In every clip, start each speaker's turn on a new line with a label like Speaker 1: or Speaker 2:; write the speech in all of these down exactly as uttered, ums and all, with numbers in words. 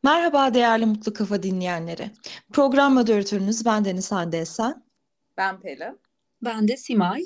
Speaker 1: Merhaba değerli Mutlu Kafa dinleyenleri. Program moderatörünüz ben Deniz Hande Esen.
Speaker 2: Ben Pelin.
Speaker 3: Ben de Simay.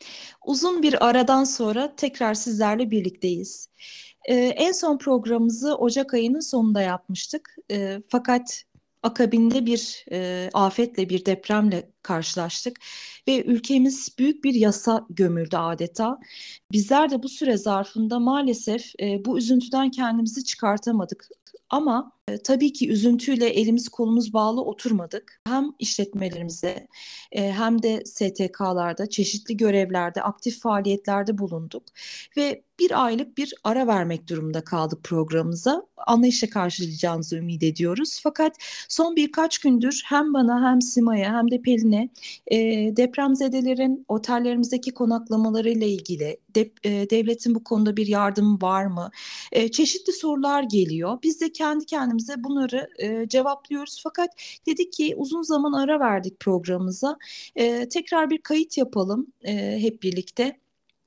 Speaker 1: Uzun bir aradan sonra tekrar sizlerle birlikteyiz. Ee, en son programımızı Ocak ayının sonunda yapmıştık. Ee, fakat akabinde bir e, afetle, bir depremle karşılaştık ve ülkemiz büyük bir yasa gömüldü adeta. Bizler de bu süre zarfında maalesef e, bu üzüntüden kendimizi çıkartamadık. Ama e, tabii ki üzüntüyle elimiz kolumuz bağlı oturmadık. Hem işletmelerimize e, hem de S T K'larda çeşitli görevlerde, aktif faaliyetlerde bulunduk ve bir aylık bir ara vermek durumunda kaldık programımıza. Anlayışla karşılayacağınızı ümit ediyoruz. Fakat son birkaç gündür hem bana hem Sima'ya hem de Pelin'e e, depremzedelerin otellerimizdeki konaklamalarıyla ilgili dep, e, devletin bu konuda bir yardımı var mı? E, çeşitli sorular geliyor. Biz de kendi kendimize bunları e, cevaplıyoruz. Fakat dedik ki uzun zaman ara verdik programımıza. E, tekrar bir kayıt yapalım e, hep birlikte.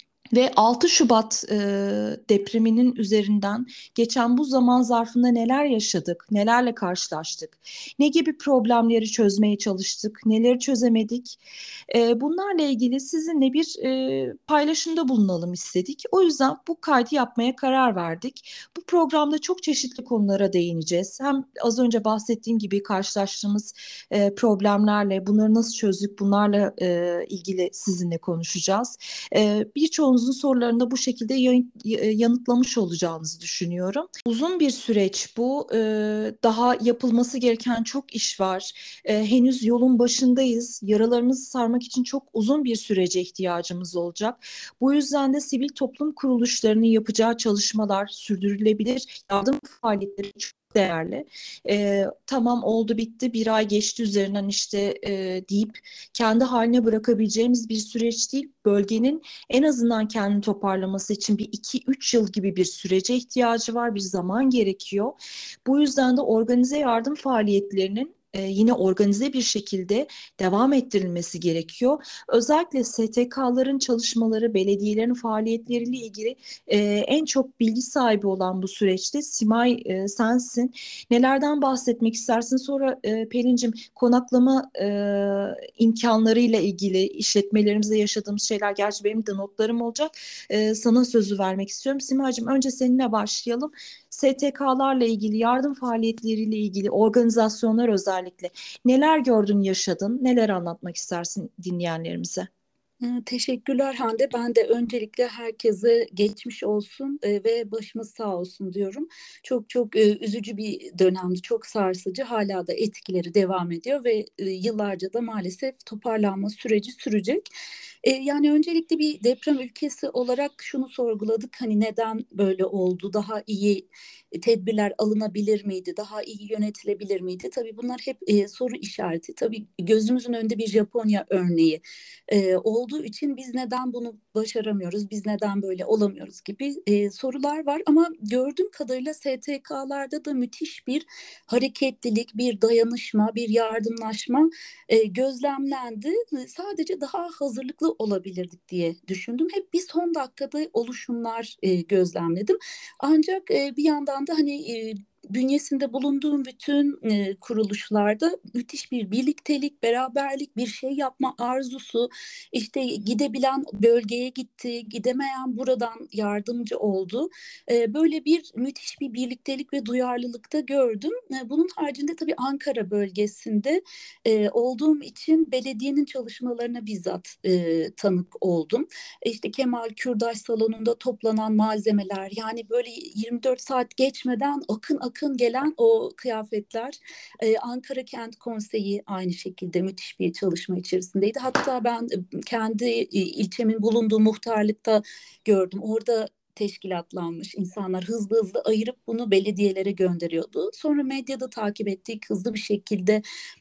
Speaker 1: Ve altı Şubat e, depreminin üzerinden geçen bu zaman zarfında neler yaşadık, nelerle karşılaştık, ne gibi problemleri çözmeye çalıştık, neleri çözemedik. E, bunlarla ilgili sizinle bir e, paylaşımda bulunalım istedik. O yüzden bu kaydı yapmaya karar verdik. Bu programda çok çeşitli konulara değineceğiz. Hem az önce bahsettiğim gibi karşılaştığımız e, problemlerle, bunları nasıl çözdük, bunlarla e, ilgili sizinle konuşacağız. E, birçoğunuzun sorularını da bu şekilde yan- yanıtlamış olacağınızı düşünüyorum. Uzun bir süreç bu. E, daha yapılması gereken çok iş var. E, henüz yolun başındayız. Yaralarımızı sarmak için çok uzun bir sürece ihtiyacımız olacak. Bu yüzden de sivil toplum kuruluşlarının yapacağı çalışmalar, sürdürülebilir yardım faaliyetleri çok değerli. E, tamam oldu bitti bir ay geçti üzerinden işte e, deyip kendi haline bırakabileceğimiz bir süreç değil. Bölgenin en azından kendini toparlaması için bir iki üç yıl gibi bir sürece ihtiyacı var, bir zaman gerekiyor. Bu yüzden de organize yardım faaliyetlerinin e, yine organize bir şekilde devam ettirilmesi gerekiyor. Özellikle S T K'ların çalışmaları, belediyelerin faaliyetleriyle ilgili e, en çok bilgi sahibi olan bu süreçte Simay e, sensin. Nelerden bahsetmek istersin? Sonra e, Pelin'cim konaklama e, imkanlarıyla ilgili işletmelerimizde yaşadığımız şeyler, gerçi benim de notlarım olacak. E, sana sözü vermek istiyorum. Simacığım önce seninle başlayalım. S T K'larla ilgili, yardım faaliyetleriyle ilgili, organizasyonlar özellikle neler gördün, yaşadın, neler anlatmak istersin dinleyenlerimize?
Speaker 3: Ee, Teşekkürler Hande. Ben de öncelikle herkese geçmiş olsun e, ve başımız sağ olsun diyorum. Çok çok e, üzücü bir dönemdi, çok sarsıcı. Hala da etkileri devam ediyor ve e, yıllarca da maalesef toparlanma süreci sürecek. E, Yani öncelikle bir deprem ülkesi olarak şunu sorguladık. Hani neden böyle oldu? Daha iyi tedbirler alınabilir miydi? Daha iyi yönetilebilir miydi? Tabii bunlar hep e, soru işareti. Tabii gözümüzün önünde bir Japonya örneği e, olduğu için biz neden bunu başaramıyoruz, biz neden böyle olamıyoruz gibi e, sorular var. Ama gördüğüm kadarıyla S T K'larda da müthiş bir hareketlilik, bir dayanışma, bir yardımlaşma e, gözlemlendi. E, Sadece daha hazırlıklı olabilirdik diye düşündüm. Hep bir son dakikada oluşumlar e, gözlemledim. Ancak e, bir yandan da hani e, bünyesinde bulunduğum bütün e, kuruluşlarda müthiş bir birliktelik, beraberlik, bir şey yapma arzusu, işte gidebilen bölgeye gitti, gidemeyen buradan yardımcı oldu. E, böyle bir müthiş bir birliktelik ve duyarlılıkta gördüm. E, bunun haricinde tabii Ankara bölgesinde e, olduğum için belediyenin çalışmalarına bizzat e, tanık oldum. E, İşte Kemal Kürdaş Salonu'nda toplanan malzemeler, yani böyle yirmi dört saat geçmeden akın akın gelen o kıyafetler. Ee, Ankara Kent Konseyi aynı şekilde müthiş bir çalışma içerisindeydi. Hatta ben e, kendi e, ilçemin bulunduğu muhtarlıkta gördüm. Orada teşkilatlanmış insanlar hızlı hızlı ayırıp bunu belediyelere gönderiyordu. Sonra medyada takip ettik, hızlı bir şekilde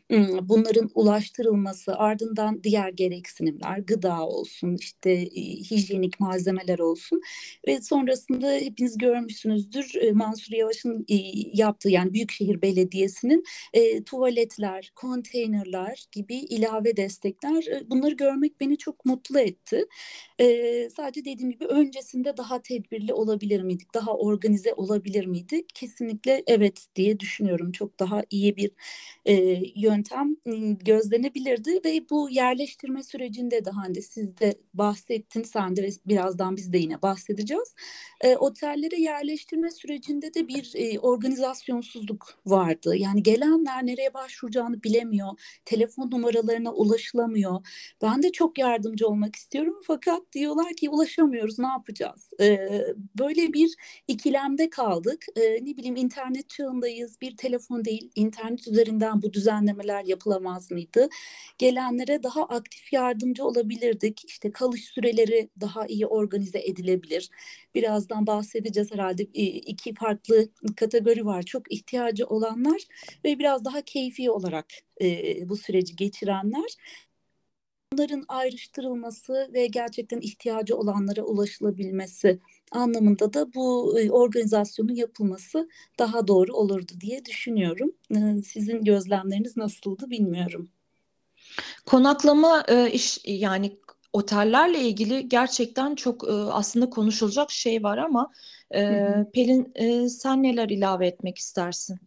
Speaker 3: Bunların ulaştırılması, ardından diğer gereksinimler, gıda olsun, işte e, hijyenik malzemeler olsun ve sonrasında hepiniz görmüşsünüzdür e, Mansur Yavaş'ın e, yaptığı, yani Büyükşehir Belediyesi'nin e, tuvaletler, konteynerler gibi ilave destekler, e, bunları görmek beni çok mutlu etti. E, sadece dediğim gibi öncesinde daha tedbirli olabilir miydik, daha organize olabilir miydik? Kesinlikle evet diye düşünüyorum. Çok daha iyi bir e, yöntem m, gözlenebilirdi ve bu yerleştirme sürecinde de hani siz de bahsettin, sen de, ve birazdan biz de yine bahsedeceğiz. E, otellere yerleştirme sürecinde de bir e, organizasyonsuzluk vardı. Yani gelenler nereye başvuracağını bilemiyor, telefon numaralarına ulaşılamıyor. Ben de çok yardımcı olmak istiyorum fakat diyorlar ki ulaşamıyoruz, ne yapacağız? E, böyle bir ikilemde kaldık. E, ne bileyim, internet çağındayız, bir telefon değil, internet üzerinden bu düzenlemeler yapılamaz mıydı? Gelenlere daha aktif yardımcı olabilirdik. İşte kalış süreleri daha iyi organize edilebilir. Birazdan bahsedeceğiz herhalde. E, iki farklı kategori var. Çok ihtiyacı olanlar ve biraz daha keyfi olarak e, bu süreci geçirenler. Bunların ayrıştırılması ve gerçekten ihtiyacı olanlara ulaşılabilmesi anlamında da bu e, organizasyonun yapılması daha doğru olurdu diye düşünüyorum. E, Sizin gözlemleriniz nasıldı bilmiyorum.
Speaker 1: Konaklama e, iş yani otellerle ilgili gerçekten çok e, aslında konuşulacak şey var ama
Speaker 3: Hı
Speaker 1: e,
Speaker 3: hı.
Speaker 1: Pelin, e, sen neler ilave etmek istersin?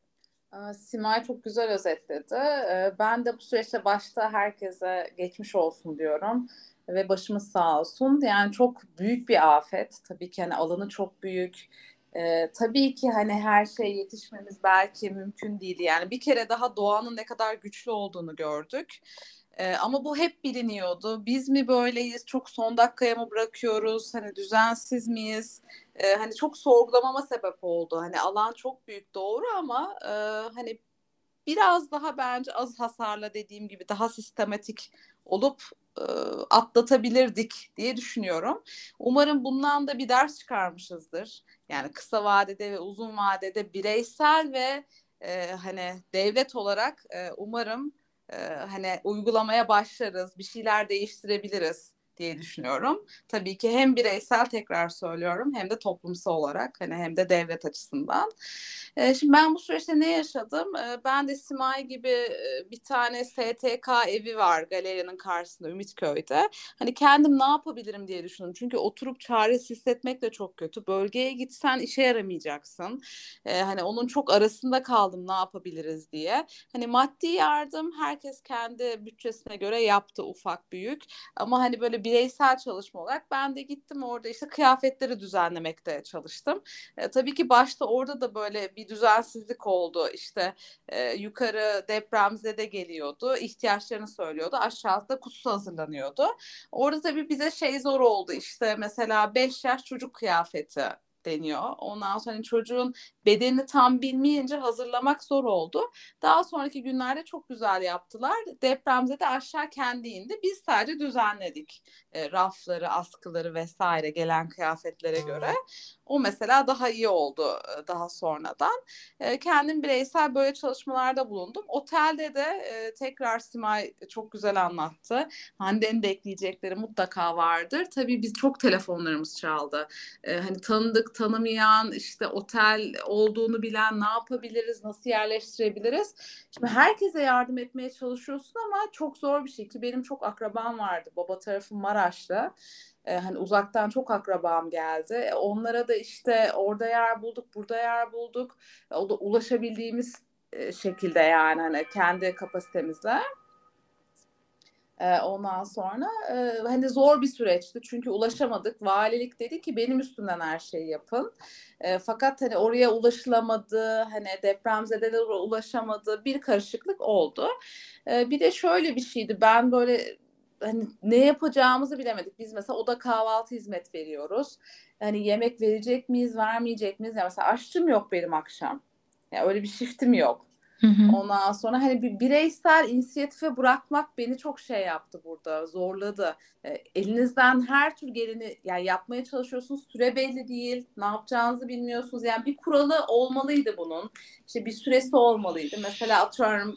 Speaker 2: Aa, Simay çok güzel özetledi. Ee, Ben de bu süreçte başta herkese geçmiş olsun diyorum ve başımız sağ olsun. Yani çok büyük bir afet. Tabii ki hani alanı çok büyük. Ee, tabii ki hani her şeye yetişmemiz belki mümkün değil. Yani bir kere daha doğanın ne kadar güçlü olduğunu gördük. Ee, ama bu hep biliniyordu. Biz mi böyleyiz? Çok son dakikaya mı bırakıyoruz? Hani düzensiz miyiz? Ee, hani çok sorgulamama sebep oldu. Hani alan çok büyük doğru ama e, hani biraz daha bence az hasarla dediğim gibi daha sistematik olup e, atlatabilirdik diye düşünüyorum. Umarım bundan da bir ders çıkarmışızdır. Yani kısa vadede ve uzun vadede bireysel ve e, hani devlet olarak e, umarım e, hani uygulamaya başlarız, bir şeyler değiştirebiliriz diye düşünüyorum. Tabii ki hem bireysel, tekrar söylüyorum, hem de toplumsal olarak, hani hem de devlet açısından. E, şimdi ben bu süreçte ne yaşadım? E, ben de Simay gibi e, bir tane S T K evi var galeriyanın karşısında Ümitköy'de. Hani kendim ne yapabilirim diye düşündüm. Çünkü oturup çaresiz hissetmek de çok kötü. Bölgeye gitsen işe yaramayacaksın. E, hani onun çok arasında kaldım, ne yapabiliriz diye. Hani maddi yardım herkes kendi bütçesine göre yaptı, ufak büyük. Ama hani böyle bireysel çalışma olarak ben de gittim, orada işte kıyafetleri düzenlemekte çalıştım. E, tabii ki başta orada da böyle bir düzensizlik oldu. İşte e, yukarı depremzede geliyordu, ihtiyaçlarını söylüyordu. Aşağıda kutusu hazırlanıyordu. Orada tabii bize şey zor oldu. İşte mesela beş yaş çocuk kıyafeti deniyor. Ondan sonra hani çocuğun bedenini tam bilmeyince hazırlamak zor oldu. Daha sonraki günlerde çok güzel yaptılar. Depremzede aşağı kendi indi. Biz sadece düzenledik e, rafları, askıları vesaire gelen kıyafetlere göre. O mesela daha iyi oldu e, daha sonradan. E, kendim bireysel böyle çalışmalarda bulundum. Otelde de e, tekrar Simay çok güzel anlattı. Hande'nin de ekleyecekleri mutlaka vardır. Tabii biz çok telefonlarımız çaldı. E, hani tanıdık, tanımayan, işte otel olduğunu bilen, ne yapabiliriz, nasıl yerleştirebiliriz? Şimdi herkese yardım etmeye çalışıyorsun ama çok zor bir şey ki benim çok akrabam vardı. Baba tarafım Maraşlı. Ee, hani uzaktan çok akrabam geldi. E, onlara da işte orada yer bulduk, burada yer bulduk. E, o da ulaşabildiğimiz e, şekilde, yani hani kendi kapasitemizle. E, ondan sonra e, hani zor bir süreçti çünkü ulaşamadık. Valilik dedi ki benim üstümden her şeyi yapın. E, fakat hani oraya ulaşılamadı, hani depremzedelere ulaşamadı, bir karışıklık oldu. E, bir de şöyle bir şeydi, ben böyle hani ne yapacağımızı bilemedik. Biz mesela oda kahvaltı hizmet veriyoruz. Hani yemek verecek miyiz, vermeyecek miyiz? Yani mesela aşçım yok benim akşam. Yani öyle bir shiftim yok.
Speaker 1: Hı hı.
Speaker 2: Ondan sonra hani bir bireysel inisiyatife bırakmak beni çok şey yaptı burada, zorladı. E, elinizden her tür geleni yani yapmaya çalışıyorsunuz, süre belli değil, ne yapacağınızı bilmiyorsunuz. Yani bir kuralı olmalıydı bunun. İşte bir süresi olmalıydı. Mesela atıyorum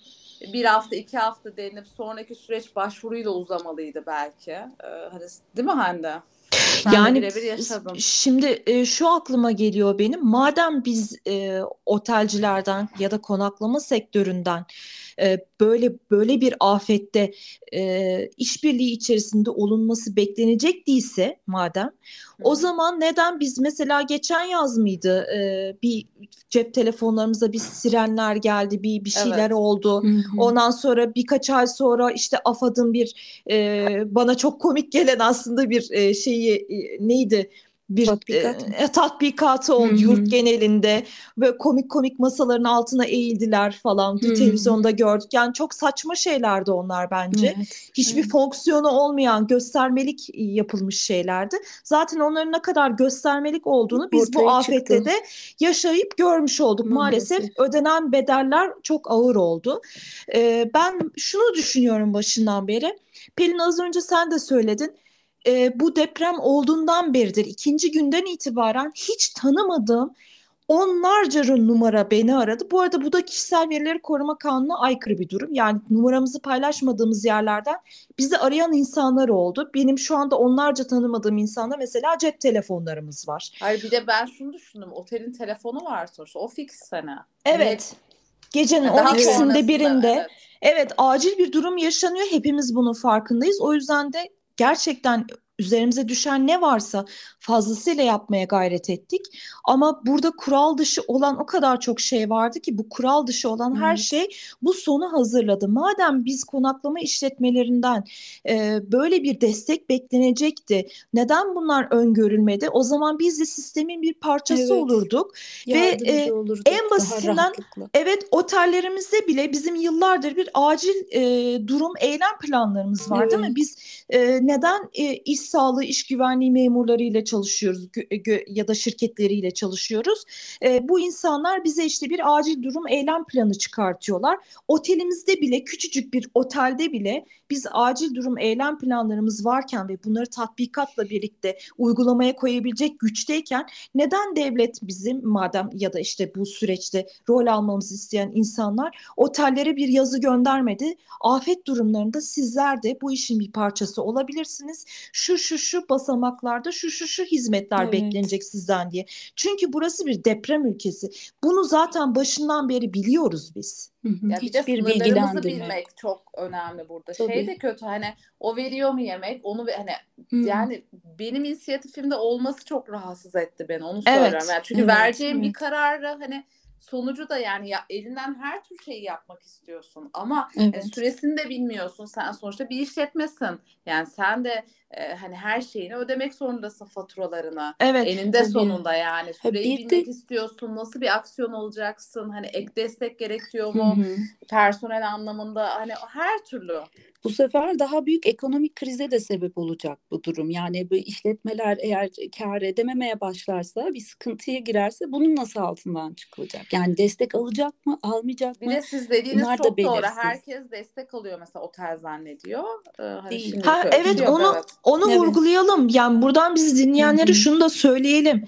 Speaker 2: bir hafta iki hafta denip sonraki süreç başvuruyla uzamalıydı belki. Ee, hani, değil mi Hande? Sen de
Speaker 1: Yani
Speaker 2: birebir
Speaker 1: s-
Speaker 2: yaşadın.
Speaker 1: şimdi e, şu aklıma geliyor benim. Madem biz e, otelcilerden ya da konaklama sektöründen e, böyle böyle bir afette e, işbirliği içerisinde olunması beklenecek değilse madem,
Speaker 2: Hı
Speaker 1: o
Speaker 2: hı.
Speaker 1: zaman neden biz mesela geçen yaz mıydı e, bir cep telefonlarımıza bir sirenler geldi, bir bir şeyler
Speaker 2: Evet.
Speaker 1: oldu.
Speaker 3: Hı hı.
Speaker 1: Ondan sonra birkaç ay sonra işte AFAD'ın bir e, bana çok komik gelen aslında bir e, şeyi e, neydi? Bir
Speaker 3: Tatbikat mı?
Speaker 1: e, tatbikatı
Speaker 3: Hı
Speaker 1: oldu yurt
Speaker 3: hı.
Speaker 1: genelinde ve komik komik masaların altına eğildiler falan.
Speaker 3: Hı
Speaker 1: Televizyonda
Speaker 3: hı.
Speaker 1: gördük. Yani çok saçma şeylerdi onlar bence.
Speaker 3: Evet.
Speaker 1: Hiçbir
Speaker 3: Evet.
Speaker 1: fonksiyonu olmayan göstermelik yapılmış şeylerdi. Zaten onların ne kadar göstermelik olduğunu biz bu
Speaker 3: Ortaya
Speaker 1: afette
Speaker 3: çıktı
Speaker 1: de yaşayıp görmüş olduk. Maalesef
Speaker 3: maalesef.
Speaker 1: ödenen bedeller çok ağır oldu. Ee, ben şunu düşünüyorum başından beri. Pelin, az önce sen de söyledin. Ee, bu deprem olduğundan beridir, ikinci günden itibaren hiç tanımadığım onlarca numara beni aradı. Bu arada bu da kişisel verileri koruma kanununa aykırı bir durum. Yani numaramızı paylaşmadığımız yerlerden bizi arayan insanlar oldu. Benim şu anda onlarca tanımadığım insana mesela cep telefonlarımız var.
Speaker 2: Hayır, bir de ben şunu düşündüm. Otelin telefonu var sonuçta. O fix sana. Hani
Speaker 1: Evet. Gecenin
Speaker 2: daha
Speaker 1: on ikisinde
Speaker 3: Evet.
Speaker 2: sonrasında
Speaker 1: birinde,
Speaker 2: evet.
Speaker 1: evet, acil bir durum yaşanıyor. Hepimiz bunun farkındayız. O yüzden de gerçekten üzerimize düşen ne varsa fazlasıyla yapmaya gayret ettik. Ama burada kural dışı olan o kadar çok şey vardı ki bu kural dışı olan her
Speaker 3: Evet.
Speaker 1: şey bu sonu hazırladı. Madem biz konaklama işletmelerinden e, böyle bir destek beklenecekti, neden bunlar öngörülmedi? O zaman biz de sistemin bir parçası
Speaker 3: Evet.
Speaker 1: olurduk ve e,
Speaker 3: Yardımcı
Speaker 1: en
Speaker 3: olurduk daha
Speaker 1: basitinden,
Speaker 3: rahatlıkla.
Speaker 1: evet, otellerimizde bile bizim yıllardır bir acil e, durum eylem planlarımız var, değil mi?
Speaker 3: Evet.
Speaker 1: Biz e, neden e, iş sağlığı, iş güvenliği memurlarıyla çalışıyoruz gö- gö- ya da şirketleriyle çalışıyoruz? E, bu insanlar bize işte bir acil durum eylem planı çıkartıyorlar. Otelimizde bile, küçücük bir otelde bile biz acil durum eylem planlarımız varken ve bunları tatbikatla birlikte uygulamaya koyabilecek güçteyken neden devlet bizim, madem ya da işte bu süreçte rol almamızı isteyen insanlar, otellere bir yazı göndermedi? Afet durumlarında sizler de bu işin bir parçası olabilirsiniz. Şu şu şu basamaklarda şu şu şu hizmetler
Speaker 3: Evet.
Speaker 1: beklenecek sizden diye. Çünkü burası bir deprem ülkesi. Bunu zaten başından beri biliyoruz biz.
Speaker 3: Hı hı.
Speaker 2: Ya bir de
Speaker 3: Hiçbir
Speaker 2: sınırlarımızı
Speaker 3: bilgilendirme yok.
Speaker 2: bilmek çok önemli burada. Şey
Speaker 3: Tabii.
Speaker 2: de kötü, hani o veriyor mu yemek onu ve hani
Speaker 3: Hı.
Speaker 2: yani benim inisiyatifimde olması çok rahatsız etti beni, onu söylüyorum.
Speaker 1: Evet,
Speaker 2: Yani çünkü
Speaker 3: Evet.
Speaker 2: vereceğim bir
Speaker 3: Evet.
Speaker 2: kararı hani sonucu da yani ya, elinden her tür şeyi yapmak istiyorsun ama hani
Speaker 3: Evet.
Speaker 2: süresini de bilmiyorsun. Sen sonuçta bir işletmesin. Yani sen de e, hani her şeyini ödemek zorundasın, faturalarını.
Speaker 1: evet.
Speaker 2: Eninde
Speaker 3: Tabii.
Speaker 2: sonunda yani
Speaker 3: Ha
Speaker 2: süreyi
Speaker 3: bir de
Speaker 2: bilmek istiyorsun. Nasıl bir aksiyon olacaksın? Hani ek destek gerekiyor
Speaker 3: hı
Speaker 2: mu?
Speaker 3: hı.
Speaker 2: Personel anlamında hani her türlü.
Speaker 3: Bu sefer daha büyük ekonomik krize de sebep olacak bu durum. Yani bu işletmeler eğer kâr edememeye başlarsa, bir sıkıntıya girerse bunun nasıl altından çıkılacak? Yani destek alacak mı, almayacak
Speaker 2: Bir
Speaker 3: mı?
Speaker 2: de siz dediğiniz
Speaker 3: Bunlar da
Speaker 2: çok doğru.
Speaker 3: belirsiz.
Speaker 2: Herkes destek alıyor mesela, otel zannediyor. Ee, hani
Speaker 3: Değil.
Speaker 2: şimdilik
Speaker 1: Ha,
Speaker 2: öyle bir şey
Speaker 1: evet,
Speaker 2: yok,
Speaker 1: onu
Speaker 2: evet.
Speaker 1: onu
Speaker 3: Evet.
Speaker 1: vurgulayalım. Yani buradan bizi
Speaker 3: Hı
Speaker 1: dinleyenlere
Speaker 3: hı.
Speaker 1: şunu da söyleyelim.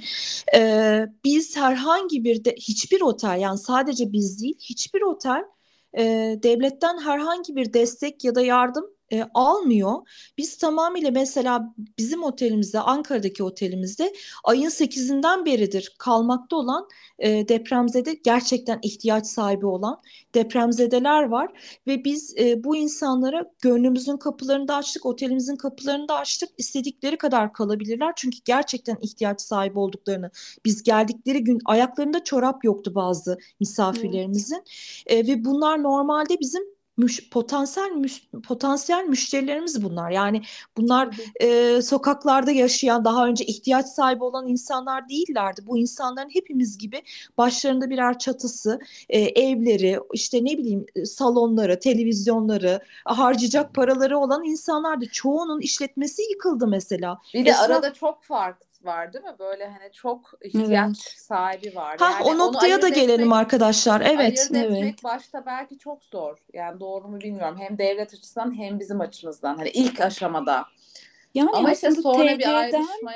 Speaker 1: Ee, biz herhangi bir de hiçbir otel, yani sadece biz değil, hiçbir otel e, devletten herhangi bir destek ya da yardım e, almıyor. Biz tamamıyla, mesela bizim otelimizde, Ankara'daki otelimizde ayın sekizinden beridir kalmakta olan e, depremzede, gerçekten ihtiyaç sahibi olan depremzedeler var. Ve biz e, bu insanlara gönlümüzün kapılarını da açtık, otelimizin kapılarını da açtık. İstedikleri kadar kalabilirler. Çünkü gerçekten ihtiyaç sahibi olduklarını, biz geldikleri gün ayaklarında çorap yoktu bazı
Speaker 3: Evet.
Speaker 1: misafirlerimizin. E, ve bunlar normalde bizim müş, potansiyel müş, potansiyel müşterilerimiz bunlar. Yani bunlar
Speaker 3: Tabii.
Speaker 1: e, sokaklarda yaşayan, daha önce ihtiyaç sahibi olan insanlar değillerdi. Bu insanların hepimiz gibi başlarında birer çatısı, e, evleri, işte ne bileyim e, salonları, televizyonları, harcayacak paraları olan insanlardı. Çoğunun işletmesi yıkıldı mesela.
Speaker 2: Bir de
Speaker 1: Esnaf,
Speaker 2: arada çok fark var değil mi? Böyle hani çok ihtiyaç
Speaker 3: Evet.
Speaker 2: sahibi var.
Speaker 1: ha,
Speaker 2: Yani
Speaker 1: o
Speaker 2: onu
Speaker 1: noktaya da
Speaker 2: ayırt
Speaker 1: gelelim
Speaker 2: etmek
Speaker 1: arkadaşlar. Evet.
Speaker 2: ayırt
Speaker 3: Evet.
Speaker 2: etmek başta belki çok zor. Yani doğru mu bilmiyorum. Hem devlet açısından hem bizim açımızdan. Hani ilk aşamada.
Speaker 3: Yani
Speaker 2: Ama işte
Speaker 3: aslında
Speaker 2: sonra bir
Speaker 3: T C'den
Speaker 2: ayrışmaya.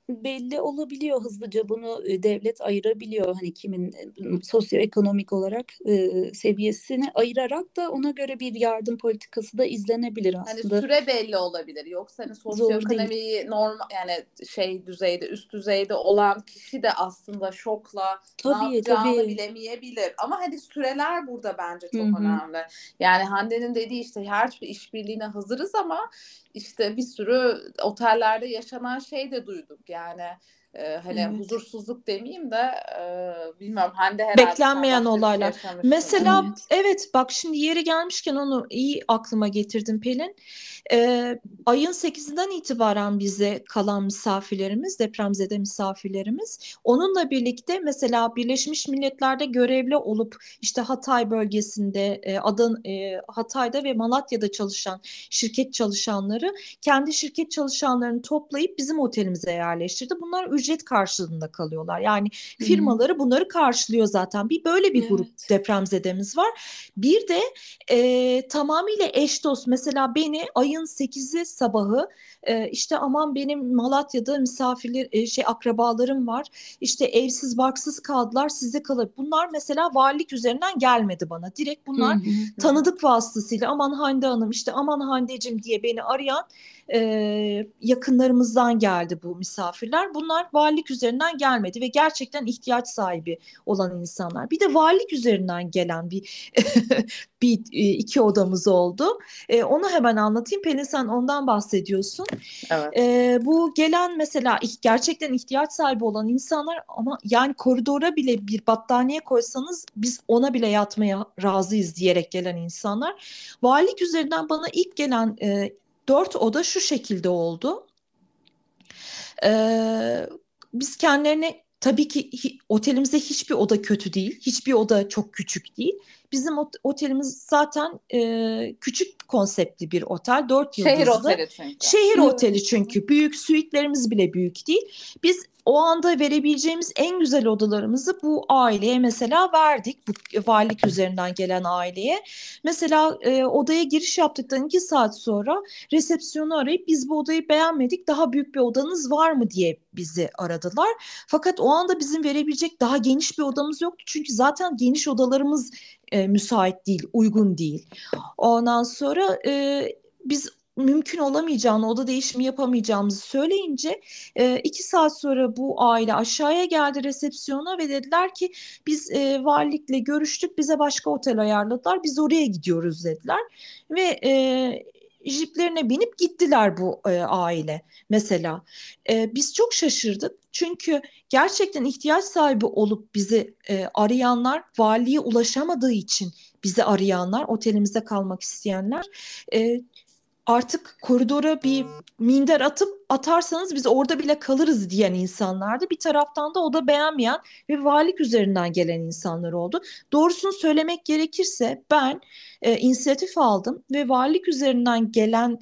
Speaker 3: belli olabiliyor hızlıca, bunu e, devlet ayırabiliyor, hani kimin e, sosyoekonomik olarak e, seviyesini ayırarak da ona göre bir yardım politikası da izlenebilir
Speaker 2: Hani
Speaker 3: aslında.
Speaker 2: süre belli olabilir. Yoksa hani
Speaker 3: Zor değil.
Speaker 2: sosyoekonomiyi normal, yani şey düzeyde, üst düzeyde olan kişi de aslında şokla ne
Speaker 3: Tabii
Speaker 2: yapacağını
Speaker 3: tabii.
Speaker 2: bilemeyebilir. Ama hani süreler burada bence
Speaker 3: Hı
Speaker 2: çok
Speaker 3: hı.
Speaker 2: önemli. Yani Hande'nin dediği işte her türlü işbirliğine hazırız ama işte bir sürü otellerde yaşanan şey de duyduk. Yani e, hani
Speaker 3: Evet.
Speaker 2: huzursuzluk demeyeyim de e, bilmiyorum, Hande herhalde sen
Speaker 1: Beklenmeyen
Speaker 2: başka bir şey
Speaker 1: olaylar.
Speaker 2: yaşamışsındır.
Speaker 1: Mesela
Speaker 3: Evet.
Speaker 1: evet, bak şimdi yeri gelmişken onu iyi aklıma getirdin Pelin. Ee, ayın sekizinden itibaren bize kalan misafirlerimiz, depremzede misafirlerimiz. Onunla birlikte mesela Birleşmiş Milletler'de görevli olup işte Hatay bölgesinde, e, Adan, e, Hatay'da ve Malatya'da çalışan şirket çalışanları kendi şirket çalışanlarını toplayıp bizim otelimize yerleştirdi. Bunlar ücret karşılığında kalıyorlar. Yani
Speaker 3: Hı hı.
Speaker 1: firmaları bunları karşılıyor zaten. Bir böyle bir grup
Speaker 3: Evet.
Speaker 1: depremzedemiz var. Bir de e, tamamıyla eş dost. Mesela beni ayın sekizi sabahı e, işte aman benim Malatya'da misafirler e, şey akrabalarım var. İşte evsiz barksız kaldılar, sizde kalır. Bunlar mesela valilik üzerinden gelmedi bana. Direkt
Speaker 3: Hı
Speaker 1: bunlar
Speaker 3: hı.
Speaker 2: Hı hı.
Speaker 1: tanıdık vasıtasıyla aman Hande Hanım işte aman Hande'cim diye beni arayan e, yakınlarımızdan geldi bu misafirler. Bunlar valilik üzerinden gelmedi ve gerçekten ihtiyaç sahibi olan insanlar. Bir de valilik üzerinden gelen bir bir e, iki odamız oldu. E, onu hemen anlatayım. Pelin, sen ondan bahsediyorsun.
Speaker 2: Evet.
Speaker 1: E, bu gelen mesela ih- gerçekten ihtiyaç sahibi olan insanlar, ama yani koridora bile bir battaniye koysanız biz ona bile yatmaya razıyız diyerek gelen insanlar. Valilik üzerinden bana ilk gelen e, dört oda şu şekilde oldu. Ee, biz kendilerine tabii ki hi- otelimizde hiçbir oda kötü değil. Hiçbir oda çok küçük değil. Bizim ot- otelimiz zaten e, küçük konseptli bir otel. Dört
Speaker 2: Şehir
Speaker 1: yıldızlı.
Speaker 2: oteli çünkü.
Speaker 1: Şehir oteli
Speaker 3: Evet.
Speaker 1: çünkü. Büyük, suitlerimiz bile büyük değil. Biz o anda verebileceğimiz en güzel odalarımızı bu aileye mesela verdik. Bu valilik üzerinden gelen aileye. Mesela e, odaya giriş yaptıktan iki saat sonra resepsiyonu arayıp biz bu odayı beğenmedik, daha büyük bir odanız var mı diye bizi aradılar. Fakat o anda bizim verebilecek daha geniş bir odamız yoktu. Çünkü zaten geniş odalarımız e, müsait değil, uygun değil. Ondan sonra e, biz mümkün olamayacağını, oda değişimi yapamayacağımızı söyleyince e, iki saat sonra bu aile aşağıya geldi resepsiyona ve dediler ki biz e, valilikle görüştük, bize başka otel ayarladılar, biz oraya gidiyoruz dediler ve e, jiplerine binip gittiler bu e, aile mesela. E, biz çok şaşırdık çünkü gerçekten ihtiyaç sahibi olup bizi e, arayanlar, valiliğe ulaşamadığı için bizi arayanlar, otelimizde kalmak isteyenler e, artık koridora bir minder atıp atarsanız biz orada bile kalırız diyen insanlardı. Bir taraftan da o da beğenmeyen ve valilik üzerinden gelen insanlar oldu. Doğrusunu söylemek gerekirse ben e, inisiyatif aldım ve valilik üzerinden gelen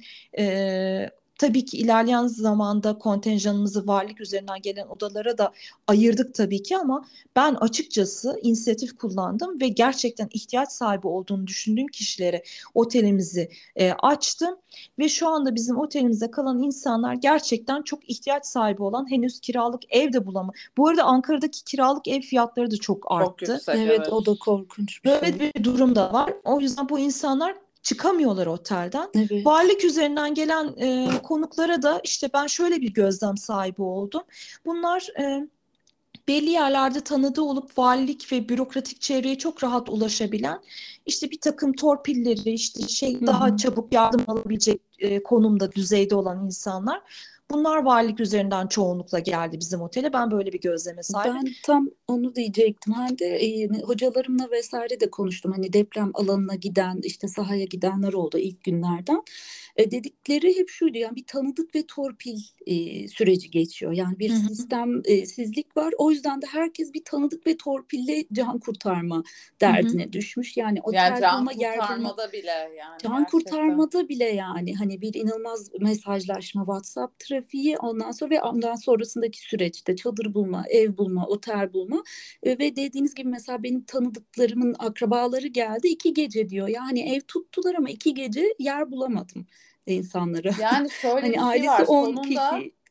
Speaker 1: e, tabii ki ilerleyen zamanda kontenjanımızı valilik üzerinden gelen odalara da ayırdık tabii ki, ama ben açıkçası inisiyatif kullandım ve gerçekten ihtiyaç sahibi olduğunu düşündüğüm kişilere otelimizi e, açtım. Ve şu anda bizim otelimizde kalan insanlar gerçekten çok ihtiyaç sahibi olan, henüz kiralık ev de bulamıyor. Bu arada Ankara'daki kiralık ev fiyatları da çok
Speaker 2: Çok
Speaker 1: arttı.
Speaker 2: yüksek,
Speaker 3: Evet,
Speaker 2: evet.
Speaker 3: o da korkunç bir
Speaker 1: Böyle
Speaker 3: şey.
Speaker 1: bir durum da var. O yüzden bu insanlar çıkamıyorlar otelden.
Speaker 3: Evet.
Speaker 1: Valilik üzerinden gelen e, konuklara da işte ben şöyle bir gözlem sahibi oldum. Bunlar e, belli yerlerde tanıdığı olup valilik ve bürokratik çevreye çok rahat ulaşabilen, işte bir takım torpilleri, işte şey
Speaker 3: Hı
Speaker 1: daha
Speaker 3: hı.
Speaker 1: çabuk yardım alabilecek e, konumda, düzeyde olan insanlar. Bunlar valilik üzerinden çoğunlukla geldi bizim otele. Ben böyle bir gözleme sahibim.
Speaker 3: Ben tam onu diyecektim. Hani de e, hocalarımla vesaire de konuştum. Hani deprem alanına giden, işte sahaya gidenler oldu ilk günlerden. E, dedikleri hep şuydu, yani bir tanıdık ve torpil e, süreci geçiyor. Yani bir
Speaker 1: Hı hı.
Speaker 3: sistemsizlik var. O yüzden de herkes bir tanıdık ve torpille can kurtarma
Speaker 1: Hı hı.
Speaker 3: derdine düşmüş. Yani
Speaker 2: Yani
Speaker 3: otel
Speaker 2: can
Speaker 3: bulma, yer bulma.
Speaker 2: kurtarmada bile yani
Speaker 3: Can
Speaker 2: gerçekten.
Speaker 3: kurtarmada bile, yani hani bir inanılmaz mesajlaşma, WhatsApp trafiği, ondan sonra ve ondan sonrasındaki süreçte çadır bulma, ev bulma, otel bulma. E, ve dediğiniz gibi mesela benim tanıdıklarımın akrabaları geldi, iki gece diyor. Yani ev tuttular ama iki gece yer bulamadım insanlara.
Speaker 2: Yani şöyle bir
Speaker 3: Hani
Speaker 2: şey
Speaker 3: ailesi
Speaker 2: var.
Speaker 3: on
Speaker 2: Sonunda
Speaker 3: kişi.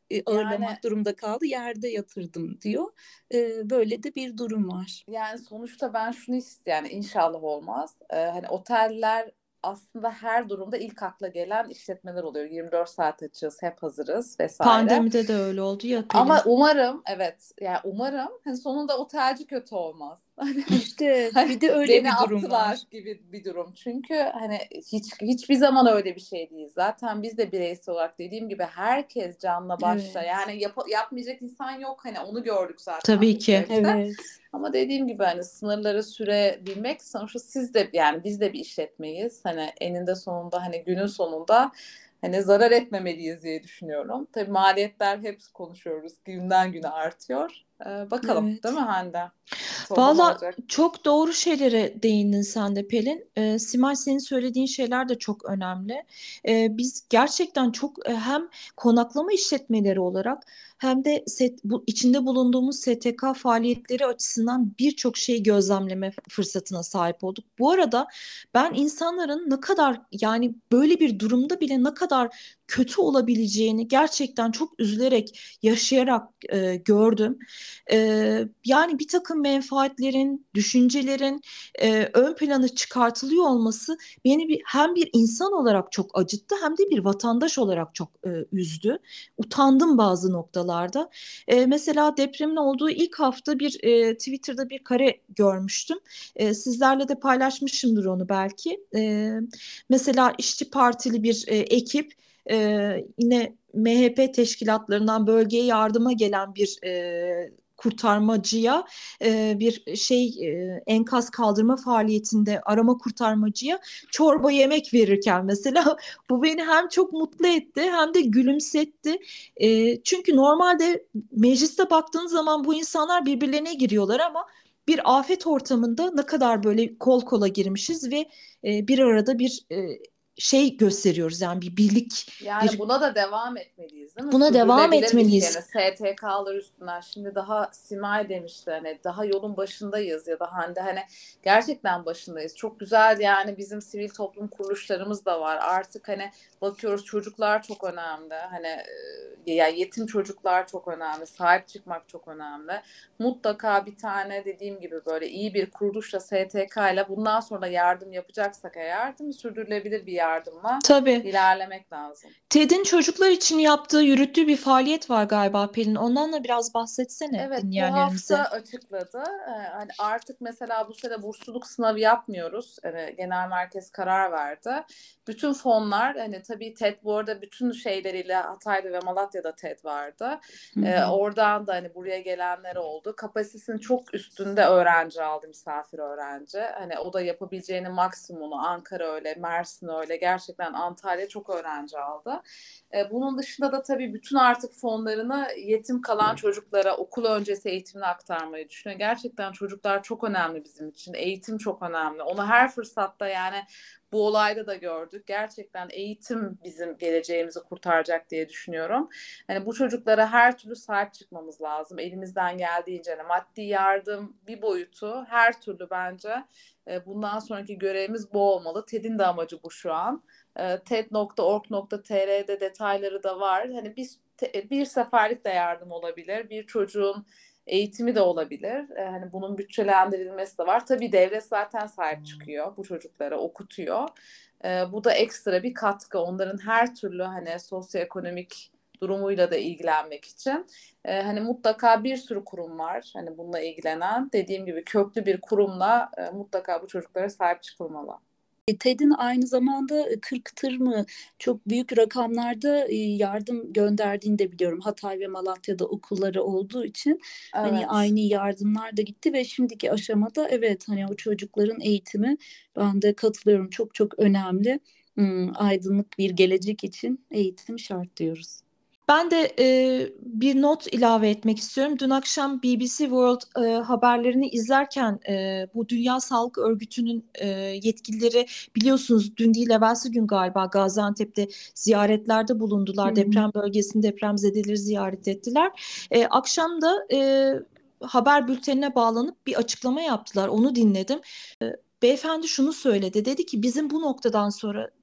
Speaker 3: e, ağırlamak
Speaker 2: Yani
Speaker 3: durumunda kaldı. Yerde yatırdım diyor. E, böyle de bir durum var.
Speaker 2: Yani sonuçta ben şunu isteyen, yani inşallah olmaz. Ee, hani oteller aslında her durumda ilk akla gelen işletmeler oluyor. yirmi dört saat açığız, hep hazırız vesaire.
Speaker 1: Pandemide de öyle oldu ya
Speaker 2: Ama
Speaker 1: Pelin.
Speaker 2: umarım, evet, yani umarım hani sonunda otelci kötü olmaz.
Speaker 3: İşte
Speaker 2: Hani
Speaker 3: bir de öyle
Speaker 2: beni
Speaker 3: bir durum var.
Speaker 2: attılar gibi bir durum. Çünkü hani hiç hiçbir zaman öyle bir şey değil. Zaten biz de bireysel olarak dediğim gibi herkes canla başla.
Speaker 3: Evet.
Speaker 2: Yani yap- yapmayacak insan yok. Hani onu gördük zaten
Speaker 1: Tabii
Speaker 2: bu
Speaker 1: ki.
Speaker 2: süreçte.
Speaker 3: Evet.
Speaker 2: Ama dediğim gibi hani sınırları sürebilmek, sonuçta siz de, yani biz de bir işletmeyiz. Hani eninde sonunda, hani günün sonunda hani zarar etmemeliyiz diye düşünüyorum. Tabii maliyetler, hep konuşuyoruz, günden güne artıyor. Ee, bakalım, değil mi
Speaker 3: Evet.
Speaker 2: Hande? Sonunda ne
Speaker 1: Valla
Speaker 2: olacak?
Speaker 1: çok doğru şeylere değindin sen de Pelin. Ee, Simay, senin söylediğin şeyler de çok önemli. Ee, biz gerçekten çok e, hem konaklama işletmeleri olarak hem de set, bu, içinde bulunduğumuz S T K faaliyetleri açısından birçok şeyi gözlemleme fırsatına sahip olduk. Bu arada ben insanların ne kadar, yani böyle bir durumda bile ne kadar kötü olabileceğini gerçekten çok üzülerek, yaşayarak e, gördüm. Ee, yani bir takım menfaatlerin, düşüncelerin e, ön plana çıkartılıyor olması beni bir, hem bir insan olarak çok acıttı hem de bir vatandaş olarak çok e, üzdü. Utandım bazı noktalarda. E, mesela depremin olduğu ilk hafta bir e, Twitter'da bir kare görmüştüm. E, sizlerle de paylaşmışımdır onu belki. E, mesela İşçi Partili bir e, ekip, e, yine M H P teşkilatlarından bölgeye yardıma gelen bir e, kurtarmacıya, e, bir şey e, enkaz kaldırma faaliyetinde arama kurtarmacıya çorba yemek verirken mesela bu beni hem çok mutlu etti hem de gülümsetti. E, çünkü normalde mecliste baktığın zaman bu insanlar birbirlerine giriyorlar ama bir afet ortamında ne kadar böyle kol kola girmişiz ve e, bir arada bir e, şey gösteriyoruz, yani bir birlik,
Speaker 2: Yani
Speaker 1: bir
Speaker 2: buna da devam etmeliyiz, değil mi?
Speaker 1: buna devam
Speaker 2: Sürdürülebilir bir şey.
Speaker 1: etmeliyiz.
Speaker 2: Yani S T K'lar üstünden. Şimdi daha Simay demişti, hani daha yolun başındayız, ya da Hande, hani gerçekten başındayız. Çok güzel, yani bizim sivil toplum kuruluşlarımız da var. Artık hani bakıyoruz, çocuklar çok önemli. Hani e, yani yetim çocuklar çok önemli. Sahip çıkmak çok önemli. Mutlaka bir tane, dediğim gibi, böyle iyi bir kuruluşla, S T K ile bundan sonra yardım yapacaksak eğer, değil mi? Sürdürülebilir bir yardımla
Speaker 1: Tabii.
Speaker 2: ilerlemek lazım.
Speaker 1: TED'in çocuklar için yaptığı, yürüttüğü bir faaliyet var galiba Pelin. Ondan da biraz bahsetsene
Speaker 2: Evet, bu hafta
Speaker 1: dinleyenlerimize.
Speaker 2: açıkladı. Ee, hani artık mesela bu sene bursluluk sınavı yapmıyoruz. Yani genel merkez karar verdi. Bütün fonlar, hani tabii TED bu arada bütün şeyleriyle Hatay'da ve Malatya'da TED vardı.
Speaker 3: Hı
Speaker 2: Ee,
Speaker 3: hı.
Speaker 2: oradan da hani buraya gelenler oldu. Kapasitesinin çok üstünde öğrenci aldı, misafir öğrenci. Hani o da yapabileceğinin maksimumunu, Ankara öyle, Mersin öyle, gerçekten Antalya çok öğrenci aldı. Ee, bunun dışında da tabii bütün artık fonlarını yetim kalan çocuklara okul öncesi eğitimini aktarmayı düşünüyor. Gerçekten çocuklar çok önemli bizim için. Eğitim çok önemli. Onu her fırsatta, yani bu olayda da gördük. Gerçekten eğitim bizim geleceğimizi kurtaracak diye düşünüyorum. Hani bu çocuklara her türlü sahip çıkmamız lazım. Elimizden geldiğince, hani maddi yardım bir boyutu, her türlü bence e, bundan sonraki görevimiz bu olmalı. TED'in de amacı bu şu an. ted nokta org nokta tr'de detayları da var. Hani bir, bir seferlik de yardım olabilir. Bir çocuğun eğitimi de olabilir. Ee, hani bunun bütçelendirilmesi de var. Tabii devlet zaten sahip çıkıyor bu çocuklara, okutuyor. Ee, bu da ekstra bir katkı. Onların her türlü hani sosyoekonomik durumuyla da ilgilenmek için. Ee, hani mutlaka bir sürü kurum var. Hani bununla ilgilenen. Dediğim gibi köklü bir kurumla e, mutlaka bu çocuklara sahip çıkılmalı.
Speaker 3: TED'in aynı zamanda kırk tır mı çok büyük rakamlarda yardım gönderdiğini de biliyorum. Hatay ve Malatya'da okulları olduğu için hani
Speaker 2: Evet.
Speaker 3: aynı yardımlar da gitti ve şimdiki aşamada evet, hani o çocukların eğitimi, ben de katılıyorum, çok çok önemli. Hmm, aydınlık bir gelecek için eğitim şart diyoruz.
Speaker 1: Ben de e, bir not ilave etmek istiyorum. Dün akşam B B C World e, haberlerini izlerken e, bu Dünya Sağlık Örgütü'nün e, yetkilileri, biliyorsunuz dün değil evvelsi gün galiba Gaziantep'te ziyaretlerde
Speaker 3: Hı
Speaker 1: bulundular.
Speaker 3: hı.
Speaker 1: Deprem bölgesinde depremzedeleri ziyaret ettiler. E, akşam da e, haber bültenine bağlanıp bir açıklama yaptılar. Onu dinledim. Beyefendi şunu söyledi. Dedi ki bizim bu noktadan sonra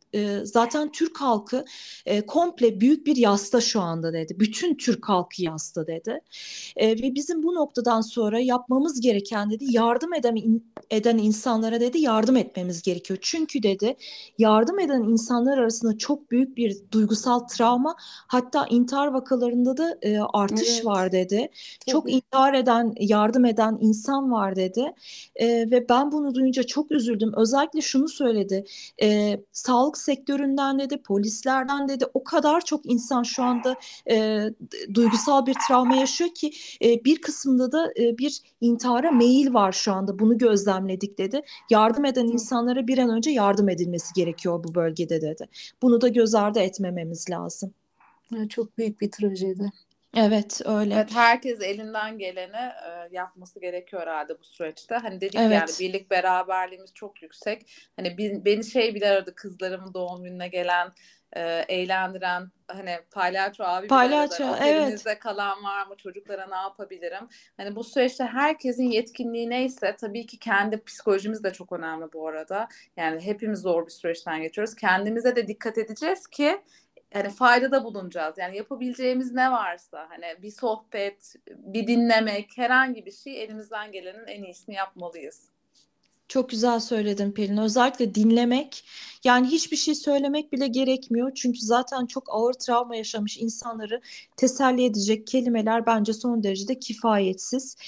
Speaker 1: e, zaten Türk halkı e, komple büyük bir yasta şu anda dedi. Bütün Türk halkı yasta dedi. E, ve bizim bu noktadan sonra yapmamız gereken dedi yardım eden, eden insanlara dedi yardım etmemiz gerekiyor. Çünkü dedi yardım eden insanlar arasında çok büyük bir duygusal travma, hatta intihar vakalarında da e, artış
Speaker 3: Evet,
Speaker 1: var dedi. Çok
Speaker 3: tabii.
Speaker 1: intihar eden, yardım eden insan var dedi. E, ve ben bunu duyunca çok üzüldüm. Özellikle şunu söyledi. E, sağlık sektöründen dedi, polislerden dedi, o kadar çok insan şu anda e, duygusal bir travma yaşıyor ki e, bir kısmında da e, bir intihara meyil var şu anda. Bunu gözlemledik dedi. Yardım eden insanlara bir an önce yardım edilmesi gerekiyor bu bölgede dedi. Bunu da göz ardı etmememiz lazım.
Speaker 3: Evet, çok büyük bir trajedi.
Speaker 1: Evet, öyle.
Speaker 2: Evet, herkes elinden geleni e, yapması gerekiyor herhalde bu süreçte. Hani dedik
Speaker 1: Evet.
Speaker 2: yani birlik beraberliğimiz çok yüksek. Hani bir, beni şey bile aradı, kızlarımın doğum gününe gelen, e, eğlendiren, hani palyaço abi bile aradı.
Speaker 1: Palyaço,
Speaker 2: Hani
Speaker 1: evet.
Speaker 2: otelinizde kalan var mı? Çocuklara ne yapabilirim? Hani bu süreçte herkesin yetkinliği neyse, tabii ki kendi psikolojimiz de çok önemli bu arada. Yani hepimiz zor bir süreçten geçiyoruz. Kendimize de dikkat edeceğiz ki yani faydada bulunacağız. Yani yapabileceğimiz ne varsa, hani bir sohbet, bir dinlemek, herhangi bir şey, elimizden gelenin en iyisini yapmalıyız.
Speaker 1: Çok güzel söyledin Pelin. Özellikle dinlemek, yani hiçbir şey söylemek bile gerekmiyor. Çünkü zaten çok ağır travma yaşamış insanları teselli edecek kelimeler bence son derecede kifayetsiz.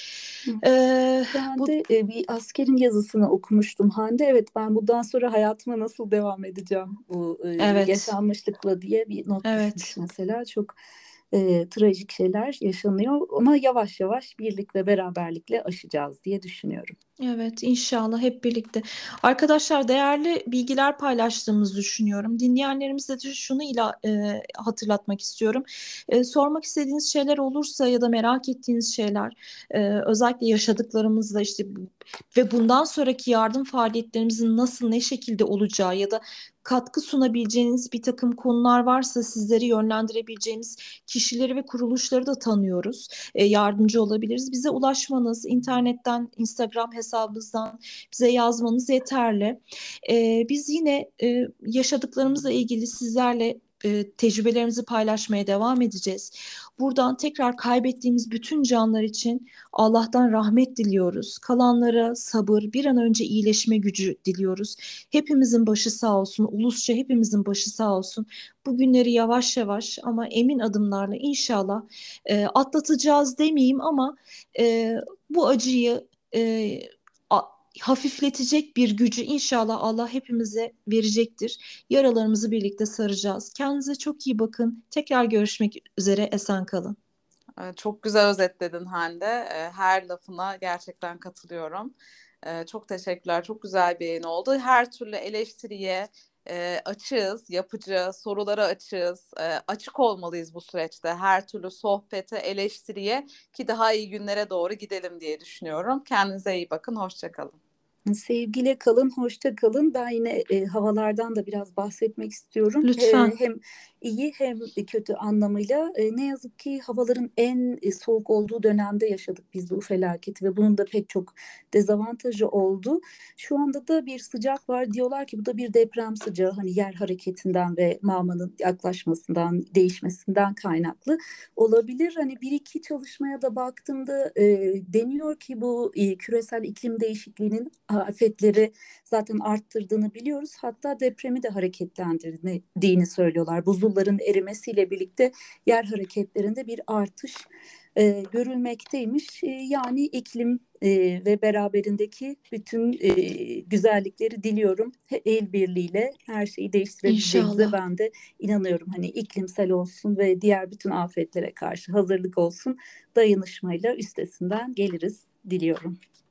Speaker 1: Ee,
Speaker 3: Ben
Speaker 1: bu
Speaker 3: de e, bir askerin yazısını okumuştum Hande. Evet, ben bundan sonra hayatıma nasıl devam edeceğim bu e,
Speaker 1: evet,
Speaker 3: yaşanmışlıkla diye bir not düşmüş
Speaker 1: evet.
Speaker 3: mesela. Çok e, trajik şeyler yaşanıyor ama yavaş yavaş birlik ve beraberlikle aşacağız diye düşünüyorum.
Speaker 1: Evet, inşallah hep birlikte. Arkadaşlar, değerli bilgiler paylaştığımızı düşünüyorum. Dinleyenlerimize de şunu ila, e, hatırlatmak istiyorum. E, sormak istediğiniz şeyler olursa ya da merak ettiğiniz şeyler, e, özellikle yaşadıklarımızla işte bu- ve bundan sonraki yardım faaliyetlerimizin nasıl, ne şekilde olacağı ya da katkı sunabileceğiniz bir takım konular varsa sizleri yönlendirebileceğimiz kişileri ve kuruluşları da tanıyoruz. E, yardımcı olabiliriz. Bize ulaşmanız, internetten, Instagram hesabımızdan bize yazmanız yeterli. E, biz yine e, yaşadıklarımızla ilgili sizlerle e, tecrübelerimizi paylaşmaya devam edeceğiz. Buradan tekrar kaybettiğimiz bütün canlar için Allah'tan rahmet diliyoruz. Kalanlara sabır, bir an önce iyileşme gücü diliyoruz. Hepimizin başı sağ olsun, ulusça hepimizin başı sağ olsun. Bu günleri yavaş yavaş ama emin adımlarla inşallah e, atlatacağız demeyeyim ama e, bu acıyı e, a- hafifletecek bir gücü inşallah Allah hepimize verecektir. Yaralarımızı birlikte saracağız. Kendinize çok iyi bakın. Tekrar görüşmek üzere. Esen kalın.
Speaker 2: Ee, Çok güzel özetledin Hande. Ee, Her lafına gerçekten katılıyorum. Ee, Çok teşekkürler. Çok güzel bir yayın oldu. Her türlü eleştiriye e, açığız, yapıcı, sorulara açığız. E, Açık olmalıyız bu süreçte. Her türlü sohbete, eleştiriye, ki daha iyi günlere doğru gidelim diye düşünüyorum. Kendinize iyi bakın. Hoşça kalın.
Speaker 3: Sevgiyle kalın, hoşça kalın. Ben yine e, havalardan da biraz bahsetmek istiyorum. E,
Speaker 1: Lütfen.
Speaker 3: hem iyi hem kötü anlamıyla. E, ne yazık ki havaların en e, soğuk olduğu dönemde yaşadık biz bu felaketi ve bunun da pek çok dezavantajı oldu. Şu anda da bir sıcak var. Diyorlar ki bu da bir deprem sıcağı. Hani yer hareketinden ve mağmanın yaklaşmasından, değişmesinden kaynaklı olabilir. Hani bir iki çalışmaya da baktığımda e, deniyor ki bu e, küresel iklim değişikliğinin afetleri zaten arttırdığını biliyoruz. Hatta depremi de hareketlendirdiğini söylüyorlar. Buzulların erimesiyle birlikte yer hareketlerinde bir artış e, görülmekteymiş. E, yani iklim e, ve beraberindeki bütün e, güzellikleri diliyorum. El birliğiyle her şeyi değiştirebileceğimize
Speaker 1: İnşallah.
Speaker 3: ben de inanıyorum. Hani iklimsel olsun ve diğer bütün afetlere karşı hazırlık olsun, dayanışmayla üstesinden geliriz diliyorum.